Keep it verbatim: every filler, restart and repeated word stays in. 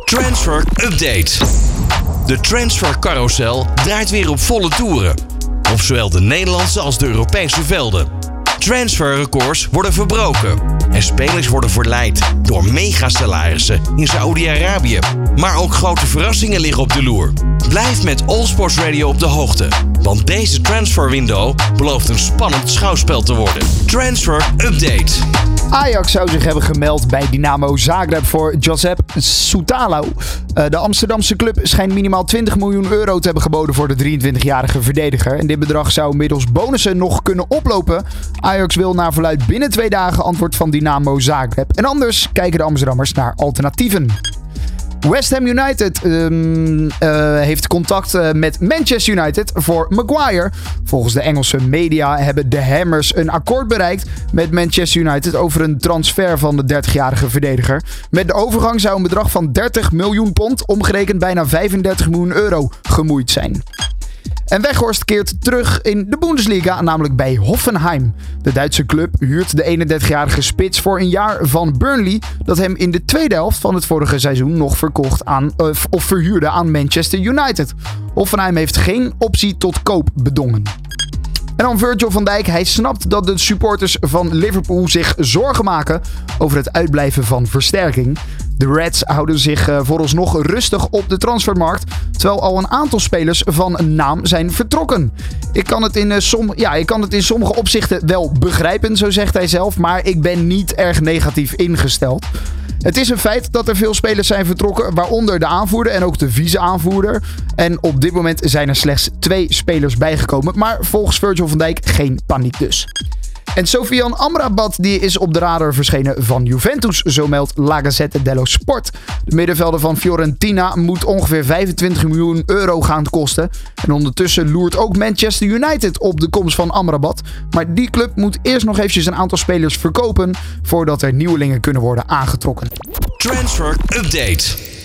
Transfer Update. De transfercarousel draait weer op volle toeren. Op zowel de Nederlandse als de Europese velden. Transferrecords worden verbroken. En spelers worden verleid door megasalarissen in Saoedi-Arabië. Maar ook grote verrassingen liggen op de loer. Blijf met All Sports Radio op de hoogte. Want deze transferwindow belooft een spannend schouwspel te worden. Transfer Update. Ajax zou zich hebben gemeld bij Dynamo Zagreb voor Josep Soutalo. Uh, de Amsterdamse club schijnt minimaal twintig miljoen euro te hebben geboden voor de drieëntwintigjarige verdediger. En dit bedrag zou middels bonussen nog kunnen oplopen. Ajax wil naar verluidt binnen twee dagen antwoord van Dynamo Zagreb. En anders kijken de Amsterdammers naar alternatieven. West Ham United um, uh, heeft contact uh, met Manchester United voor Maguire. Volgens de Engelse media hebben de Hammers een akkoord bereikt met Manchester United over een transfer van de dertigjarige verdediger. Met de overgang zou een bedrag van dertig miljoen pond, omgerekend bijna vijfendertig miljoen euro, gemoeid zijn. En Weghorst keert terug in de Bundesliga, namelijk bij Hoffenheim. De Duitse club huurt de eenendertigjarige spits voor een jaar van Burnley, dat hem in de tweede helft van het vorige seizoen nog verkocht aan, uh, of verhuurde aan Manchester United. Hoffenheim heeft geen optie tot koop bedongen. En dan Virgil van Dijk. Hij snapt dat de supporters van Liverpool zich zorgen maken over het uitblijven van versterking. De Reds houden zich uh, vooralsnog rustig op de transfermarkt, terwijl al een aantal spelers van naam zijn vertrokken. Ik kan het in, uh, som- ja, ik kan het in sommige opzichten wel begrijpen, zo zegt hij zelf, maar ik ben niet erg negatief ingesteld. Het is een feit dat er veel spelers zijn vertrokken, waaronder de aanvoerder en ook de vice-aanvoerder. En op dit moment zijn er slechts twee spelers bijgekomen, maar volgens Virgil van Dijk geen paniek dus. En Sofian Amrabat die is op de radar verschenen van Juventus, zo meldt La Gazzetta dello Sport. De middenvelder van Fiorentina moet ongeveer vijfentwintig miljoen euro gaan kosten. En ondertussen loert ook Manchester United op de komst van Amrabat. Maar die club moet eerst nog eventjes een aantal spelers verkopen voordat er nieuwelingen kunnen worden aangetrokken. Transfer Update.